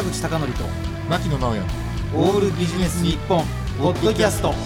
坂口孝則と牧野直哉オールビジネス日本ポッドキャスト。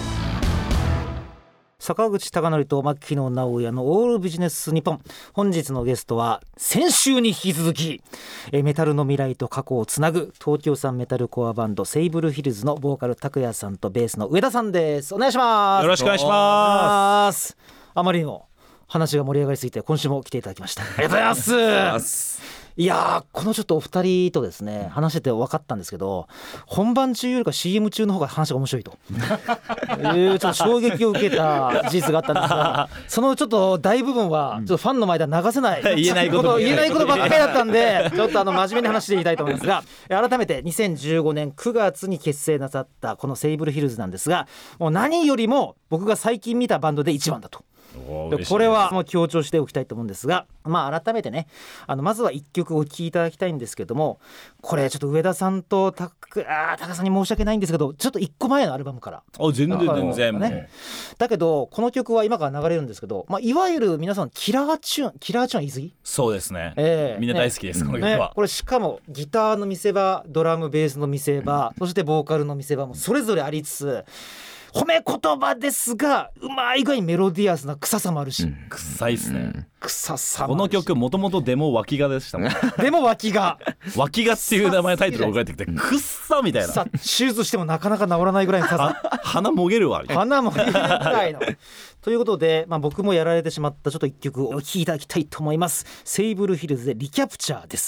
坂口孝則と牧野直哉のオールビジネス日本。本日のゲストは先週に引き続きメタルの未来と過去をつなぐ東京産メタルコアバンドセイブルヒルズのボーカル拓也さんとベースの上田さんです。お願いします。 よろしくお願いします。 あまりの話が盛り上がりすぎて今週も来ていただきました。ありがとうございます。いやこのちょっとお二人とですね話してて分かったんですけど、本番中よりか CM 中の方が話が面白いとちょっと衝撃を受けた事実があったんですが、そのちょっと大部分はちょっとファンの前では流せない言えないことばっかりだったんでちょっと真面目に話していきたいと思いますが、改めて2015年9月に結成なさったこのセイブルヒルズなんですが、もう何よりも僕が最近見たバンドで一番だと、これはもう強調しておきたいと思うんですが、改めてねまずは1曲お聴きいただきたいんですけども、これちょっと上田さんと高さんに申し訳ないんですけど、ちょっと1個前のアルバムから全然、 ね、だけどこの曲は今から流れるんですけど、いわゆる皆さんキラーチューン言い過ぎ？そうですね、みんな大好きです、この曲は、 これしかもギターの見せ場、ドラムベースの見せ場、そしてボーカルの見せ場もそれぞれありつつ、褒め言葉ですがうまい具合にメロディアスな臭さもあるし、 臭いっすね、 臭さもこの曲もともとデモ脇がでしたもんでも脇がっていう名前のタイトルが送られてきて、くっさみたいな、 手術してもなかなか治らないぐらいの臭さ鼻もげるわ鼻もげるぐらいのということで、僕もやられてしまったちょっと一曲お聴きいただきたいと思います。セイブルヒルズでリキャプチャーです。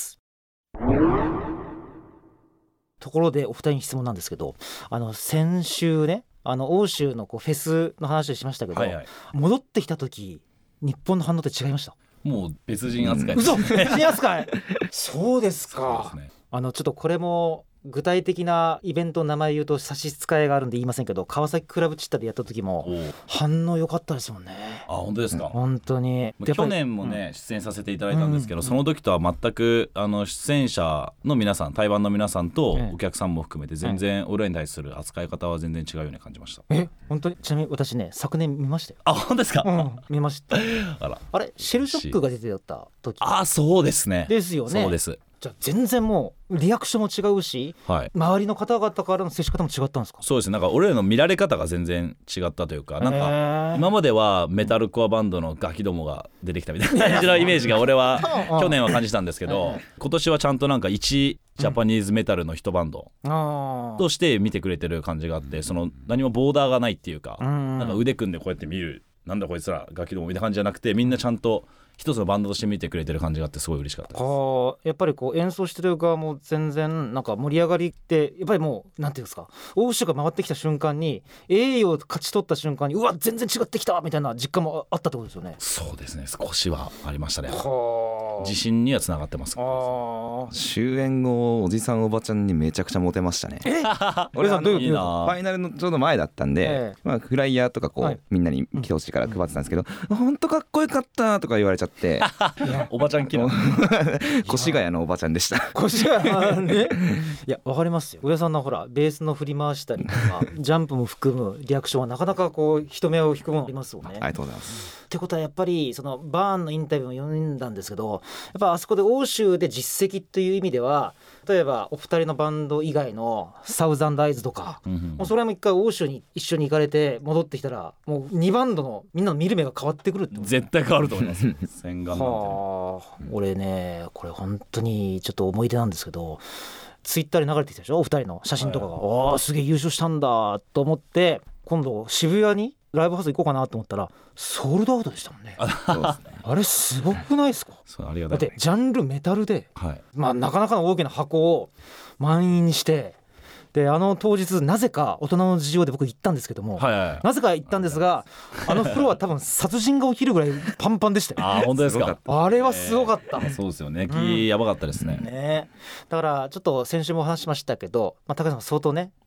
ところでお二人に質問なんですけど、先週ね欧州のフェスの話をしましたけど、戻ってきた時日本の反応って違いました？ もう別人扱い嘘別人扱いそうですか。そうですね、ちょっとこれも具体的なイベントの名前言うと差し支えがあるんで言いませんけど、川崎クラブチッタでやった時も反応良かったですもんね。 本当ですか？ 本当に去年もね、出演させていただいたんですけど、その時とは全く出演者の皆さん、対バンの皆さんとお客さんも含めて全然俺らに対する扱い方は全然違うように感じました。 本当に？ちなみに私ね昨年見ましたよ。 本当ですか？ 見ましたあれシェルショックが出てた時そうですね。 ですよね。 そうです。 じゃあ全然もうリアクションも違うし、周りの方々からの接し方も違ったんですか？ そうですね、俺らの見られ方が全然違ったというか、今まではメタルコアバンドのガキどもが出てきたみたいな感じのイメージが俺は去年は感じたんですけど、今年はちゃんと一ジャパニーズメタルの一バンドとして見てくれてる感じがあって、何もボーダーがないっていうか、腕組んでこうやって見る、なんだこいつらガキどもみたいな感じじゃなくて、みんなちゃんと一つのバンドとして見てくれてる感じがあってすごい嬉しかったです。 やっぱり演奏してる側も全然盛り上がりってやっぱりもうなんていうんですか、欧州が回ってきた瞬間に栄誉を勝ち取った瞬間に全然違ってきたみたいな実感もあったってことですよね。 そうですね、少しはありましたね。自信にはつながってます。 終演後おじさんおばちゃんにめちゃくちゃモテましたね。 俺さんどういうファイナルのちょうど前だったんで、フライヤーとかみんなに来てほしいから配ってたんですけど、本当かっこよかったとか言われちゃっておばちゃんキラ越谷のおばちゃんでした。 越谷ねいや分かりますよ。上田さんのベースの振り回したりとかジャンプも含むリアクションはなかなか人目を引くものありますよね。 ありがとうございます。 ってことはやっぱりバーンのインタビューも読んだんですけど、やっぱあそこで欧州で実績っていう意味では、例えばお二人のバンド以外のサウザンドアイズとか、もうそれも一回欧州に一緒に行かれて戻ってきたらもう2バンドのみんなの見る目が変わってくるって絶対変わると思います洗顔なんて俺ねこれ本当にちょっと思い出なんですけど、ツイッターで流れてきたでしょ、お二人の写真とかが、すげえ優勝したんだと思って今度渋谷にライブハウス行こうかなと思ったらソールドアウトでしたもんね。あれすごくないですか？だってジャンルメタルで、なかなかの大きな箱を満員にして、で当日なぜか大人の事情で僕行ったんですけども、なぜか行ったんですがフロア多分殺人が起きるぐらいパンパンでしたよ。 本当ですか？ あれはすごかった、 そうですよね、やばかったですね。 だからちょっと先週もお話しましたけど、高橋さん相当ね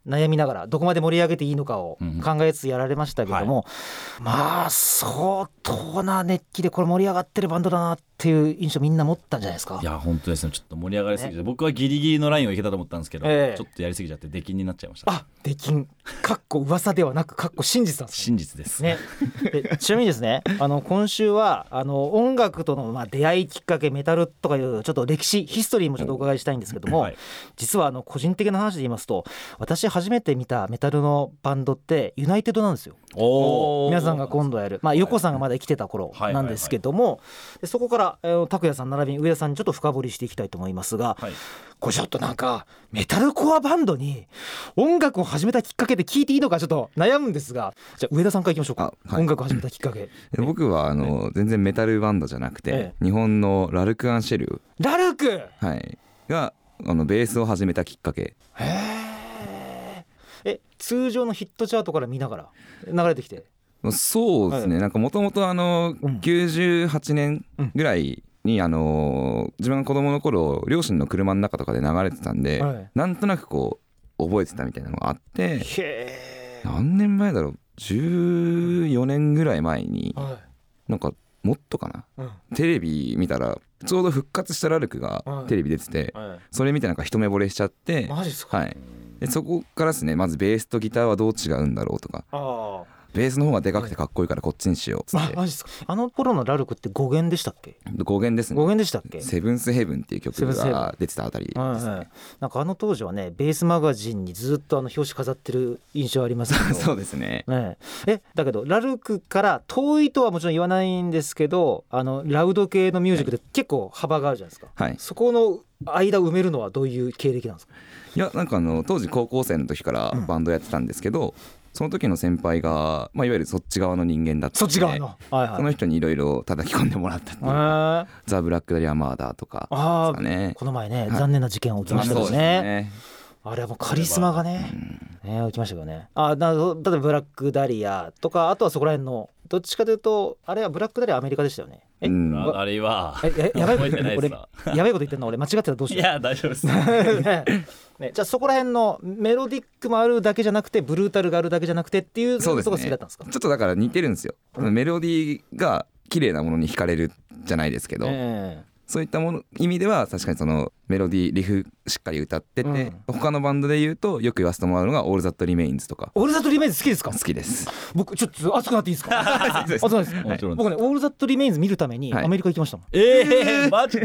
悩みながらどこまで盛り上げていいのかを考えつつやられましたけども、まあ相当な熱気でこれ盛り上がってるバンドだなっていう印象みんな持ったんじゃないですか。 いや本当ですね、ちょっと盛り上がりすぎて、僕はギリギリのラインをいけたと思ったんですけど、ちょっとやりすぎちゃって出禁になっちゃいました。 あ、出禁かっこ噂ではなくかっこ真実なんですね。 真実ですね。でちなみにですね、今週は音楽との出会いきっかけ、メタルとかいうちょっと歴史ヒストリーもちょっとお伺いしたいんですけども、実は個人的な話で言いますと、私初めて見たメタルのバンドってユナイテッドなんですよ。皆さんが今度やる、横さんがまだ生きてた頃なんですけども、でそこから拓也さん並びに上田さんにちょっと深掘りしていきたいと思いますが、これちょっとなんかメタルコアバンドに音楽を始めたきっかけで聞いていいのかちょっと悩むんですが、じゃあ上田さんからいきましょうか。音楽を始めたきっかけ。 僕は全然メタルバンドじゃなくて、日本のラルク・アンシェル、 ラルク、 がベースを始めたきっかけ。 通常のヒットチャートから見ながら流れてきて。 そうですね、なんかもともと98年ぐらいに自分が子供の頃両親の車の中とかで流れてたんで、なんとなくこう覚えてたみたいなのがあって、何年前だろう、14年ぐらい前に、なんかもっとかな、テレビ見たらちょうど復活したラルクがテレビ出てて、それ見てなんか一目惚れしちゃって、 マジですか。 でそこからですね、まずベースとギターはどう違うんだろうとか、ベースの方がでかくてかっこいいからこっちにしようっつって。 マジですか。頃のラルクって5弦でしたっけ。 5弦ですね。 5弦でしたっけ。 セブンスヘブンっていう曲が出てたあたりですね。 なんか当時はね、ベースマガジンにずっと表紙飾ってる印象ありますけどそうですね。 だけどラルクから遠いとはもちろん言わないんですけど、ラウド系のミュージックで結構幅があるじゃないですか。そこの間を埋めるのはどういう経歴なんですか。 いや、なんか当時高校生の時からバンドやってたんですけど、その時の先輩が、いわゆるそっち側の人間だったので、そっち側の、その人にいろいろ叩き込んでもらったっていうか、ザ・ブラック・ダリア・マーダーとかですかね。 この前ね、残念な事件起きましたよね。あれはもうカリスマがね、起きましたけどね。例えばブラック・ダリアとか、あとはそこら辺のどっちかというと、あれはブラック・ダリアアメリカでしたよね。 あれはやばいこと言ってんの俺間違ってたらどうしよう。 いや大丈夫ですじゃあそこら辺のメロディックもあるだけじゃなくて、ブルータルがあるだけじゃなくてっていうところが好きだったんですか。 ちょっとだから似てるんですよ。メロディーが綺麗なものに惹かれるじゃないですけど、そういった意味では確かにそのメロディーリフしっかり歌ってて、他のバンドで言うとよく言わせてもらうのがオールザットリメインズとか。 オールザットリメインズ好きですか。 好きです。 僕ちょっと熱くなっていいですか。僕ね、オールザットリメインズ見るためにアメリカ行きましたもん。 マジ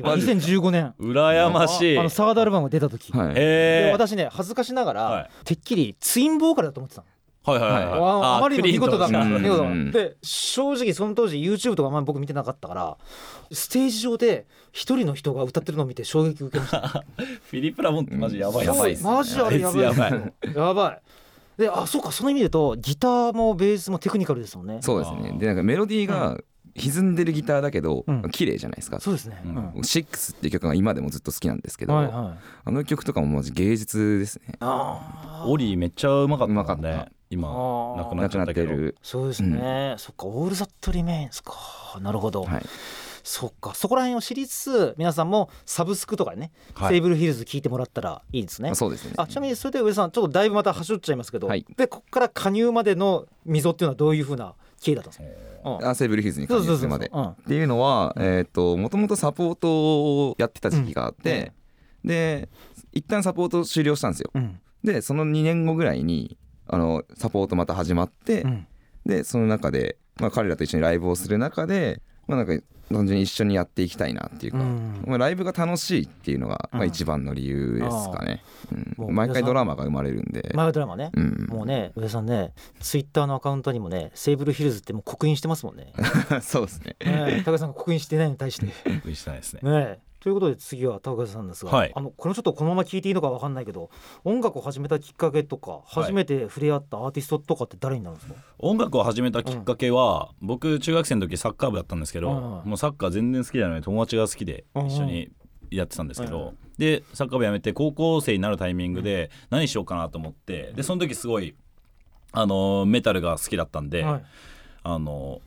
2015年羨ましい。 サードアルバムが出た時、私ね恥ずかしながらてっきりツインボーカルだと思ってたの。あまりにも見事だからで、正直その当時 YouTube とか僕見てなかったから、ステージ上で一人の人が歌ってるのを見て衝撃を受けました。 フィリップ・ラモンってマジやばいです。 マジあれやばいで、そうか、その意味でとギターもベースもテクニカルですもんね。 そうですね。でなんかメロディーが歪んでるギターだけど綺麗じゃないですか。 そうですね。 シックスっていう曲が今でもずっと好きなんですけど、あの曲とかもマジ芸術ですね。 オリーめっちゃうまかったね。今亡くなっちゃったけど。 そうですね。そっか、オールザットリメインズか。なるほど。そっか、そこら辺を知りつつ皆さんもサブスクとかね、セイブルヒルズ聞いてもらったらいいですね。 そうですね。 ちなみにそれで上さんちょっとだいぶまた端折っちゃいますけど、でここから加入までの溝っていうのはどういうふうな経緯だったんですか。 セイブルヒルズに加入するまでっていうのは、もともとサポートをやってた時期があって、で一旦サポート終了したんですよ。でその2年後ぐらいにサポートまた始まって、でその中で、彼らと一緒にライブをする中で、なんか単純に一緒にやっていきたいなっていうか、ライブが楽しいっていうのが一番の理由ですかね。毎回ドラマが生まれるんで。 毎回ドラマね。もうね、上さんね、ツイッターのアカウントにもね、セイブルヒルズってもう刻印してますもんね。 そうですね。 高橋さんが刻印してないのに対して。 刻印してないですね。 ということで次は高橋さんですが、これちょっとこのまま聞いていいのか分かんないけど、音楽を始めたきっかけとか、初めて触れ合ったアーティストとかって誰になるんですか。 音楽を始めたきっかけは、僕中学生の時サッカー部だったんですけど、もうサッカー全然好きじゃない友達が好きで一緒にやってたんですけど、でサッカー部やめて高校生になるタイミングで何しようかなと思って、でその時すごいメタルが好きだったんで、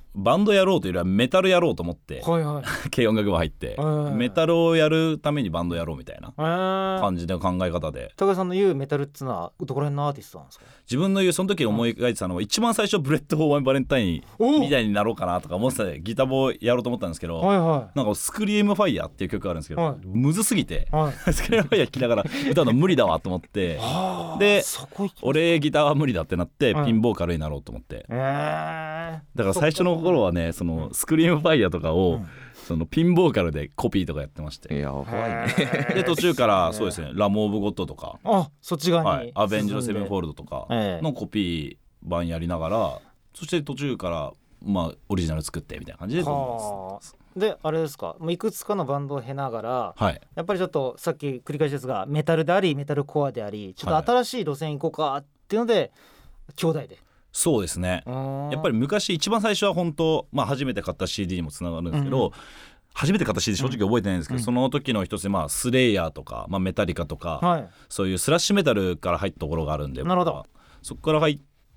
バンドやろうというよりはメタルやろうと思って、 はいはい、 軽音楽部入って、メタルをやるためにバンドやろうみたいな感じの考え方で。 高橋さんの言うメタルっていうのはどこら辺のアーティストなんですか？ 自分の言うその時思い描いてたのは、一番最初ブレッド・フォー・ワン・バレンタインみたいになろうかなとか思ってた、ギターボやろうと思ったんですけど、 はいはい、 なんかスクリームファイヤーっていう曲があるんですけど、はい、むずすぎて、 はい、 スクリームファイヤー聴きながら歌うの無理だわと思ってで俺ギターは無理だってなって、ピンボーカルになろうと思って、だから最初の頃はね、そのスクリームファイヤーとかを、そのピンボーカルでコピーとかやってまして、 やばいねで途中からそうですね、ラモーブ・ゴッドとか、 そっち側に、 はい、アベンジド・セブンフォールドとかのコピー版やりながら、そして途中からまあオリジナル作ってみたいな感じでであれですか、いくつかのバンドを経ながら、 はい、 やっぱりちょっとさっき繰り返しですが、メタルでありメタルコアであり、ちょっと新しい路線行こうかっていうので、兄弟で。 そうですね、やっぱり昔一番最初は本当、初めて買った CD にもつながるんですけど、初めて買った CD 正直覚えてないんですけど、その時の一つでスレイヤーとか、メタリカとか、そういうスラッシュメタルから入ったところがあるんで、 なるほど、 そこから入って、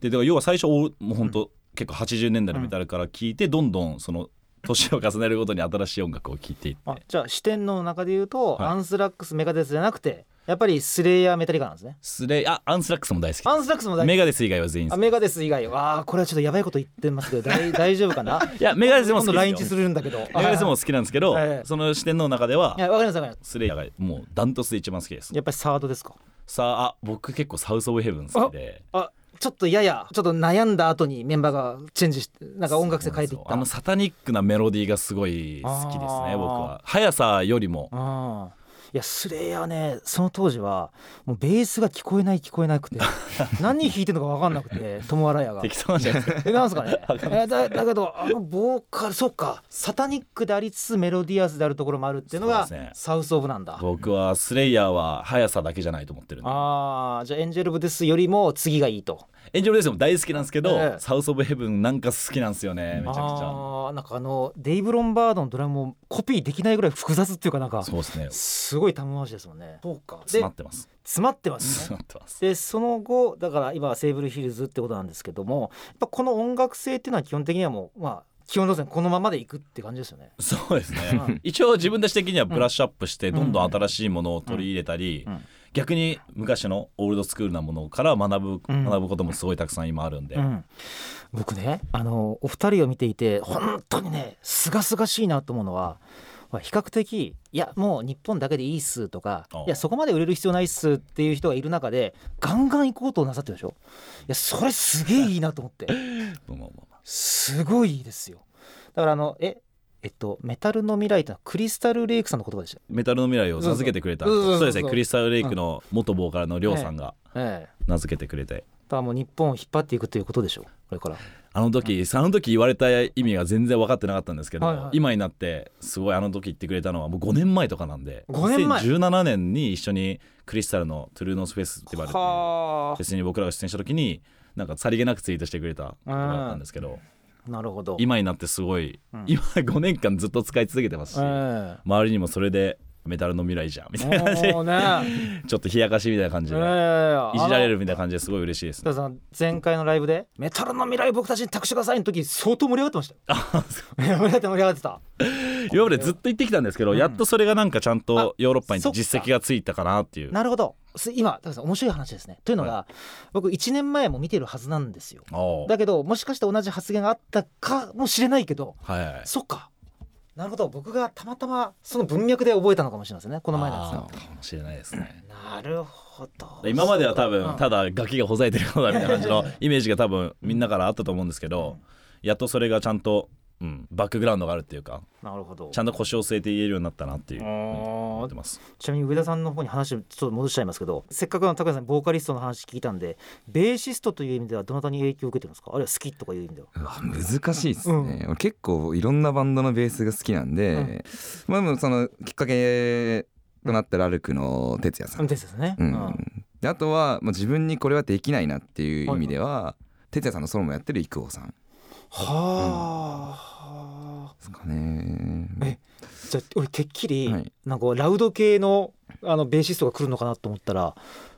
だから要は最初もう本当、結構80年代のメタルから聴いて、どんどんその年を重ねるごとに新しい音楽を聴いていって、 じゃあ視点の中で言うと、アンスラックスメガデスじゃなくてやっぱりスレイヤーメタリカなんですね。 アンスラックスも大好き。 アンスラックスも大好き。 メガデス以外は全員好き。 メガデス以外はこれはちょっとやばいこと言ってますけど大丈夫かな。 いやメガデスも好きですよ。 今度来日するんだけど、メガデスも好きなんですけど、その視点の中では、 いやわかりますスレイヤーがもうダントツで一番好きです。 やっぱりサードですか？ 僕結構サウスオブヘブン好きで、 ちょっと悩んだ後にメンバーがチェンジして、なんか音楽性変えていった、 サタニックなメロディーがすごい好きですね、僕は。速さよりも。 いやスレイヤーね、その当時はもうベースが聞こえないくて何弾いてるのか分かんなくて、トム・アライアが適当なんじゃないですか。 なんすかねだけどボーカル、そうか、サタニックでありつつメロディアスであるところもあるっていうのがサウスオブなんだ。 僕はスレイヤーは速さだけじゃないと思ってるんで。 じゃあエンジェル・オブ・デスよりも次がいいと。 エンジェル・オブ・デスも大好きなんですけど、サウス・オブ・ヘブンなんか好きなんですよね、めちゃくちゃ。 なんかデイブ・ロンバードのドラムもコピーできないぐらい複雑っていうか、なんかそうですね、 すごい玉回しですもんね。そうか、 詰まってますね。でその後だから今はセーブルヒルズってことなんですけども、やっぱこの音楽性っていうのは基本的にはもう基本路線このままでいくって感じですよね。 そうですね、一応自分たち的にはブラッシュアップしてどんどん新しいものを取り入れたり、逆に昔のオールドスクールなものから学ぶこともすごいたくさん今あるんで、 僕ねお二人を見ていて本当にねすがすがしいなと思うのは、比較的いやもう日本だけでいいっすとか、いやそこまで売れる必要ないっすっていう人がいる中でガンガン行こうとなさってるでしょ。いやそれすげえいいなと思ってすごいいいですよ。だからメタルの未来ってのはクリスタルレイクさんの言葉でした。 メタルの未来を名付けてくれた。そうですね、クリスタルレイクの元ボーカルのリョウさんが名付けてくれて、 だからもう日本を引っ張っていくということでしょう、これから。 あの時言われた意味が全然分かってなかったんですけど、今になってすごい、あの時言ってくれたのはもう5年前とかなんで、2017年に一緒にクリスタルのトゥルーノースフェスティバルっていうフェスに僕らが出演した時になんかさりげなくツイートしてくれたことだったんですけど、 なるほど、 今になってすごい、今5年間ずっと使い続けてますし、周りにもそれでメタルの未来じゃんみたいな感じで、ちょっと冷やかしみたいな感じで、いじられるみたいな感じですごい嬉しいです、ね。 前回のライブでメタルの未来僕たちに託してくださいの時相当盛り上がってました。盛り上がってた。 今までずっと言ってきたんですけど、やっとそれがなんかちゃんとヨーロッパに実績がついたかなっていう。 なるほど、今高橋さん面白い話ですね。というのが、僕1年前も見てるはずなんですよ。だけどもしかして同じ発言があったかもしれないけど、そっか、なるほど、僕がたまたまその文脈で覚えたのかもしれないですね、この前のやつ。 かもしれないですね。 なるほど。 今までは多分ただガキがほざいてるようだみたいな感じのイメージが多分みんなからあったと思うんですけど、やっとそれがちゃんとバックグラウンドがあるっていうか、 なるほど、 ちゃんと腰を据えて言えるようになったなっていう思ってます。 ちなみに上田さんの方に話ちょっと戻しちゃいますけど、せっかく高橋さんボーカリストの話聞いたんで、ベーシストという意味ではどなたに影響を受けてるんですか、あるいは好きとかいう意味では。 難しいですね、結構いろんなバンドのベースが好きなんで、でもそのきっかけとなったラルクの哲也さんですね。 であとは、自分にこれはできないなっていう意味では、哲也さんのソロもやってる郁夫さんですかね。 じゃあ俺てっきりなんかラウド系のベーシストが来るのかなと思ったら、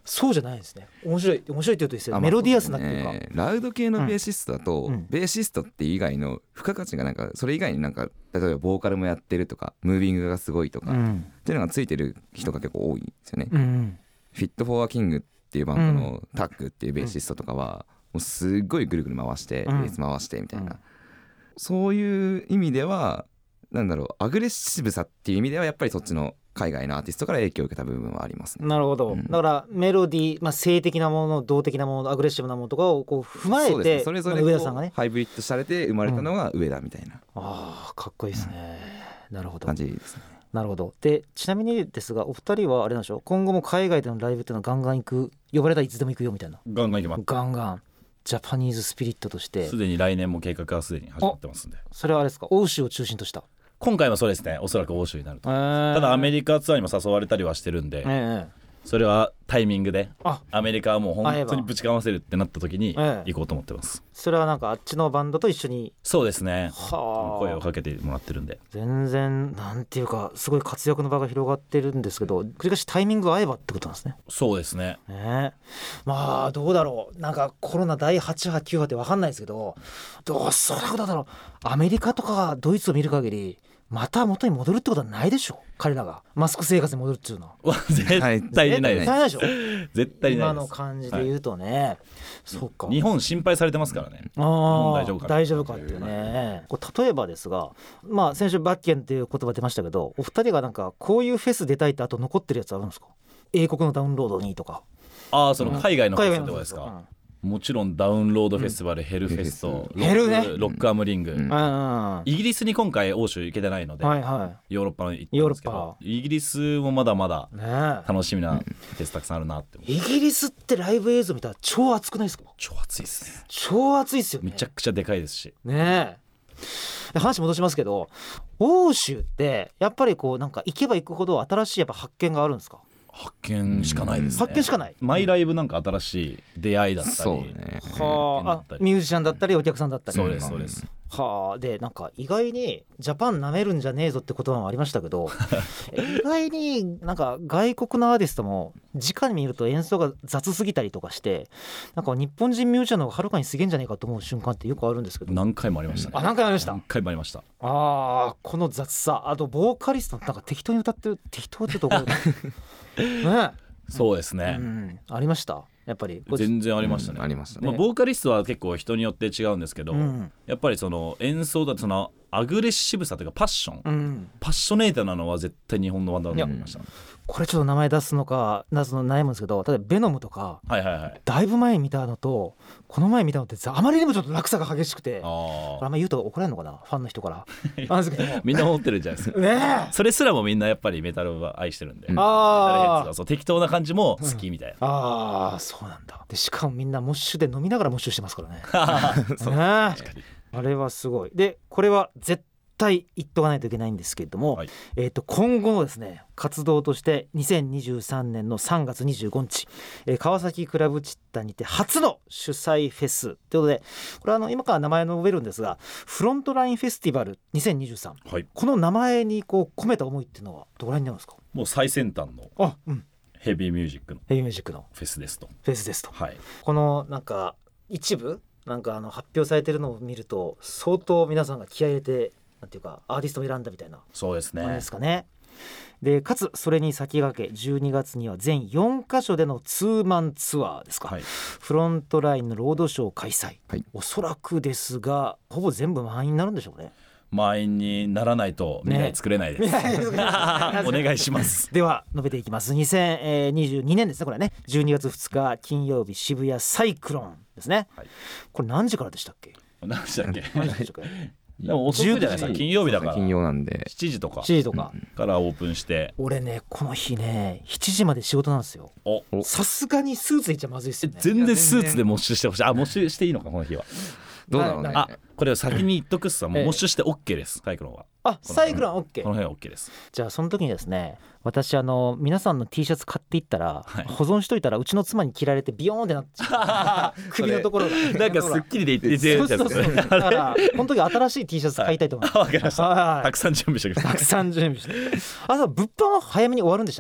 そうじゃないですね。面白いって言うとですよ、メロディアスなっていうか、 ラウド系のベーシストだと、ベーシストっていう以外の付加価値がなんかそれ以外になんか例えばボーカルもやってるとかムービングがすごいとか、っていうのがついてる人が結構多いんですよね。フィット・フォー・ア・キングっていうバンドのタッグっていうベーシストとかはもうすっごいぐるぐる回してベース回してみたいな、そういう意味ではなんだろう、アグレッシブさっていう意味ではやっぱりそっちの海外のアーティストから影響を受けた部分はありますね。 なるほど、だからメロディー、性的なもの、動的なもの、アグレッシブなものとかをこう踏まえて、そうですね、 それぞれ上田さんがねハイブリッドされて生まれたのが上田みたいな、 あーかっこいいですね、なるほど感じですね。 なるほど。でちなみにですがお二人はあれなんでしょう、今後も海外でのライブっていうのはガンガン行く、呼ばれたらいつでも行くよみたいな。 ガンガン行きます。 ガンガンジャパニーズスピリットとしてすでに来年も計画はすでに始まってますんで。 それはあれですか、欧州を中心とした。 今回もそうですね、おそらく欧州になると、ただアメリカツアーにも誘われたりはしてるんで、それはタイミングでアメリカはもう本当にぶちかませるってなった時に行こうと思ってます。 それはなんかあっちのバンドと一緒に。 そうですね、声をかけてもらってるんで、 全然なんていうかすごい活躍の場が広がってるんですけど、繰り返しタイミングが合えばってことなんですね。 そうですね。 まあどうだろう、なんかコロナ第8波9波って分かんないですけど、どうそらくだろう、アメリカとかドイツを見る限りまた元に戻るってことはないでしょ、彼らがマスク生活に戻るっていうのは絶対にないです。 でしょ絶対にないです。 今の感じで言うとね、そうか、 日本心配されてますからね。日本大丈夫かっていうね。これ例えばですが、先週バッケンっていう言葉出ましたけど、お二人がなんかこういうフェス出たいってあと残ってるやつあるんですか。英国のダウンロードにとか。 その海外のフェスってことですか。もちろんダウンロードフェスティバル、ヘルフェスト、ロックアムリング、イギリスに今回欧州行けてないので、ヨーロッパの行ったんですけど、イギリスもまだまだ楽しみなフェスたくさんあるなって。 イギリスってライブ映像見たら超熱くないですか。 超熱いですね。 超熱いですよね。 めちゃくちゃでかいですしね。話戻しますけど、欧州ってやっぱりこうなんか行けば行くほど新しいやっぱ発見があるんですか。 発見しかないですね。 発見しかない。 毎ライブなんか新しい出会いだったり、 ミュージシャンだったりお客さんだったり。 そうですそうです。 でなんか意外にジャパンなめるんじゃねえぞって言葉もありましたけど意外になんか外国のアーティストも直に見ると演奏が雑すぎたりとかして、なんか日本人ミュージシャンの方がはるかにすげえんじゃないかと思う瞬間ってよくあるんですけど。 何回もありましたね。 何回もありました。 何回もありました。 この雑さ、あとボーカリストなんか適当に歌ってる、適当ってところね。 そうですね、 ありました。やっぱり全然ありましたね。 ありましたね。 ボーカリストは結構人によって違うんですけど、やっぱりその演奏だとそのアグレッシブさというかパッション、パッショネーターなのは絶対日本のバンドだと思いました。 これちょっと名前出すのか出すの悩むんですけど、例えばベノムとか、だいぶ前に見たのとこの前見たのってあまりにもちょっと落差が激しくて、あんま言うと怒られるのかな、ファンの人からみんな思ってるんじゃないですかね。 それすらもみんなやっぱりメタルは愛してるんで、メタルヘッズがそう適当な感じも好きみたいな、 そうなんだ。でしかもみんなモッシュで飲みながらモッシュしてますからねそう確かにあれはすごい。でこれは絶対言っとかないといけないんですけれども、今後のですね活動として2023年の3月25日、川崎クラブチッタにて初の主催フェスということで、これは今から名前を述べるんですが、フロントラインフェスティバル2023、この名前にこう込めた思いっていうのはどこら辺になるんですか。 もう最先端のヘビーミュージックのフェスですと。このなんか一部なんか発表されてるのを見ると相当皆さんが気合い入れてなんていうかアーティストを選んだみたいな。 そうですね。 感じですかね。でかつそれに先駆け12月には全4カ所でのツーマンツアーですか、フロントラインのロードショー開催、おそらくですがほぼ全部満員になるんでしょうね。 満員にならないと未来作れないです、お願いします。 では述べていきます。2022年ですね、これはね12月2日金曜日渋谷サイクロンですね、これ何時からでしたっけ。 何時だっけでも遅くじゃないですか。金曜日だから金曜なんで 7時とかからオープンして、 俺ねこの日ね7時まで仕事なんですよ。さすがにスーツいっちゃまずいっすよね。 全然スーツでモッシュしてほしい。モッシュしていいのかこの日は。 どうだろうね。 これを先に言っとくっすわ。もうモッシュして OK です。サイクロンは。 サイクロン OK。 この辺は OK です。 じゃあその時にですね、私皆さんの T シャツ買っていったら、保存しといたらうちの妻に着られてビヨーンってなっちゃう首のところがなんかスッキリで言ってるやつですね。 だからこの時新しい T シャツ買いたいと思います。 わかりました。たくさん準備してください。 たくさん準備して。物販は早めに終わるんでしたっけ。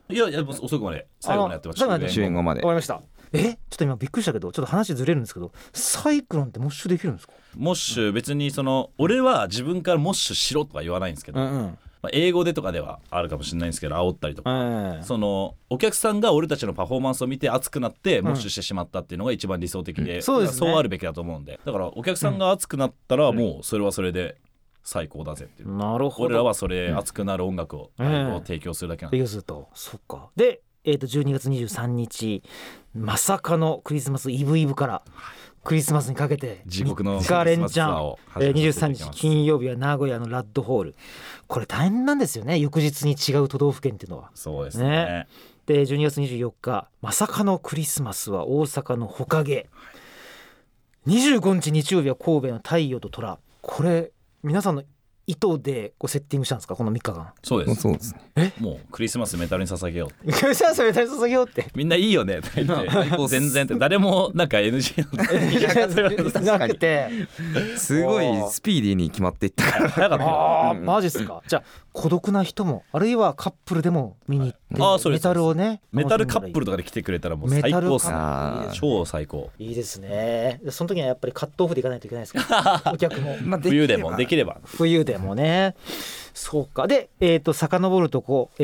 いやもう遅くまで最後までやってました。 終演後まで。 わかりました。ちょっと今びっくりしたけどちょっと話ずれるんですけど、サイクロンってモッシュできるんですか？ モッシュ別に俺は自分からモッシュしろとは言わないんですけど、英語でとかではあるかもしれないんですけど煽ったりとか、お客さんが俺たちのパフォーマンスを見て熱くなってモッシュしてしまったっていうのが一番理想的で、そうあるべきだと思うんで、だからお客さんが熱くなったらもうそれはそれで最高だぜっていう、 なるほど。 俺らはそれ熱くなる音楽を提供するだけなんで、 提供すると。そっか。で12月23日まさかのクリスマスイブイブからクリスマスにかけて地獄の 3日連チャン、23日金曜日は名古屋のラッドホール。これ大変なんですよね、翌日に違う都道府県っていうのは。 そうですね。 で12月24日まさかのクリスマスは大阪のほかげ、25日日曜日は神戸の太陽と虎。これ皆さんの意図でセッティングしたんですか、この3日間？ そうです。 そうですね。 もうクリスマスメタルに捧げよう。 クリスマスメタルに捧げようってみんないいよねって言って全然って誰もなんか NG なくてすごいスピーディーに決まっていったからマジっすか。じゃあ孤独な人もあるいはカップルでも見に行ってメタルをね、 メタルカップルとかで来てくれたらもう最高っすね。超最高。 いいですね。その時はやっぱりカットオフでいかないといけないですかお客も冬でもできれば冬でもね。そうか。で遡ると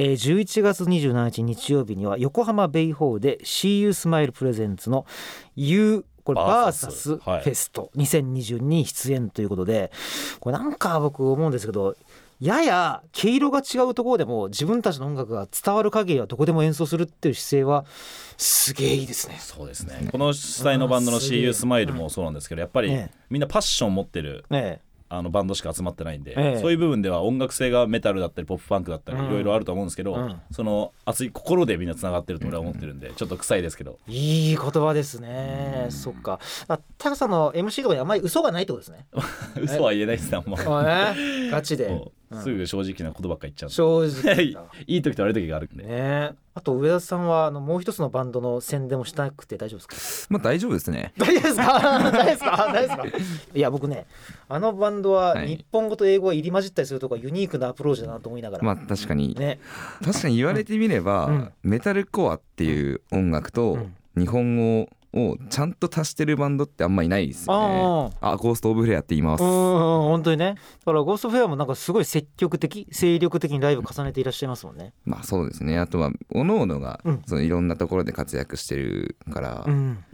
11月27日日曜日には横浜ベイホールで See You Smile プレゼンツの You これバーサスフェスト2022に出演ということで、これなんか僕思うんですけど、やや毛色が違うところでも自分たちの音楽が伝わる限りはどこでも演奏するっていう姿勢はすげえいいですね。 そうですね。この主催のバンドの See You Smile もそうなんですけど、やっぱりみんなパッション持ってるバンドしか集まってないんで、そういう部分では音楽性がメタルだったりポップパンクだったりいろいろあると思うんですけど、その熱い心でみんなつながってると俺は思ってるんで、ちょっと臭いですけどいい言葉ですね。そっか。タカさんの MC とかにあんまり嘘がないってことですね嘘は言えないですね、もうガチですぐ正直なことばっか言っちゃう。 正直いい時と悪い時があるんでね。あと上田さんはもう一つのバンドの宣伝もしなくて大丈夫ですか？ 大丈夫ですね。 大丈夫ですか？大丈夫ですか？大丈夫ですか？いや僕ね、バンドは日本語と英語が入り混じったりするとこがユニークなアプローチだなと思いながら、 確かにね、確かに言われてみれば、メタルコアっていう音楽と日本語をちゃんと足してるバンドってあんまいないですよね。ゴーストオブフレアって言います。 本当にね。だからゴーストオブフレアもなんかすごい積極的精力的にライブ重ねていらっしゃいますもんね。 そうですね。あとは各々がそのいろんなところで活躍してるから、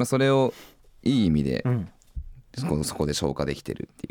それをいい意味でそこで消化できてるっていう、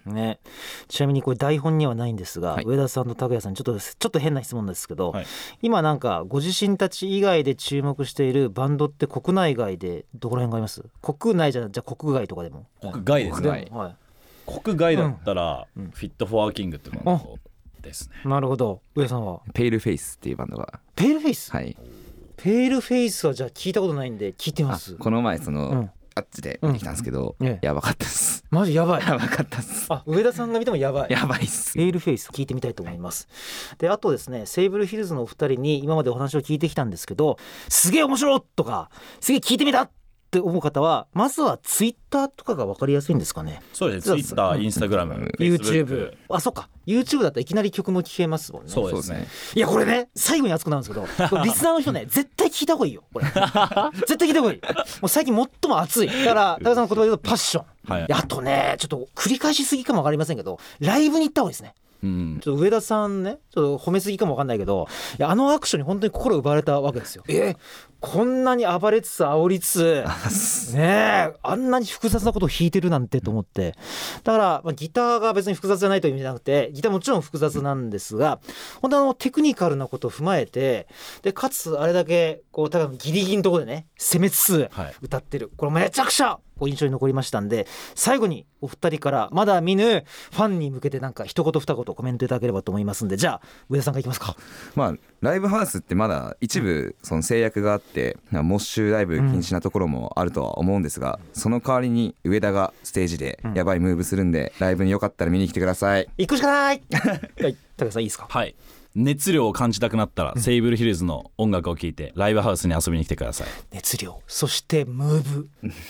ね。ちなみにこれ台本にはないんですが、上田さんと拓也さんにちょっと変な質問ですけど、今なんかご自身たち以外で注目しているバンドって国内外でどこら辺があります？国内じゃ国外とかでも。 国外ですね。国外だったらフィットフォーアーキングってバンドですね。 なるほど。上田さんはペイルフェイスっていうバンドが。 ペイルフェイス？ はい。 ペイルフェイスはじゃあ聞いたことないんで聞いてます。 この前あっちで見てきたんですけど、やばかったです。 マジやばい。 やばかったです。 上田さんが見てもやばい。 やばいっす。 ペイルフェイス聞いてみたいと思います。であとですね、セイブルヒルズのお二人に今までお話を聞いてきたんですけど、すげえ面白いとかすげえ聞いてみたって思う方はまずはツイッターとかが分かりやすいんですかね？ そうですね。ツイッター、インスタグラム、 YouTube。そっか。YouTube だったらいきなり曲も聴けますもんね。 そうですね。 いやこれね、最後に熱くなるんですけどリスナーの人ね絶対聞いた方がいいよこれ絶対聞いた方がいい。もう最近最も熱いだから高田さんの言葉で言うとパッション、あとねちょっと繰り返しすぎかも分かりませんけどライブに行った方がいいですね。ちょっと上田さんねちょっと褒めすぎかも分かんないけど、いやアクションに本当に心奪われたわけですよ。こんなに暴れつつ煽りつつね、あんなに複雑なことを弾いてるなんてと思って、だからギターが別に複雑じゃないという意味じゃなくて、ギターもちろん複雑なんですが、本当テクニカルなことを踏まえて、でかつあれだけ多分ギリギリのところでね攻めつつ歌ってる、これめちゃくちゃ印象に残りましたんで、最後にお二人からまだ見ぬファンに向けてなんか一言二言コメントいただければと思いますんで、じゃあ上田さんからいきますか。 ライブハウスってまだ一部その制約があってモッシュライブ禁止なところもあるとは思うんですが、その代わりに上田がステージでやばいムーブするんで、ライブによかったら見に来てください。 行くしかないはい、高橋さんいいですか？ はい、熱量を感じたくなったら、セイブルヒルズの音楽を聴いてライブハウスに遊びに来てください。 熱量、そしてムーブ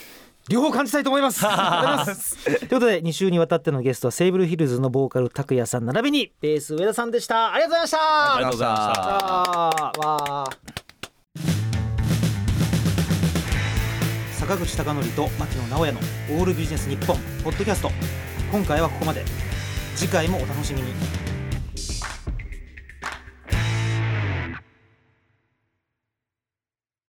両方感じたいと思います。ありがとうございますということで2週にわたってのゲストはセーブルヒルズのボーカル拓也さん並びにベース上田さんでした。ありがとうございました。 ありがとうございました。 わ坂口孝則と牧野直哉のオールビジネス日本ポッドキャスト、今回はここまで。次回もお楽しみに。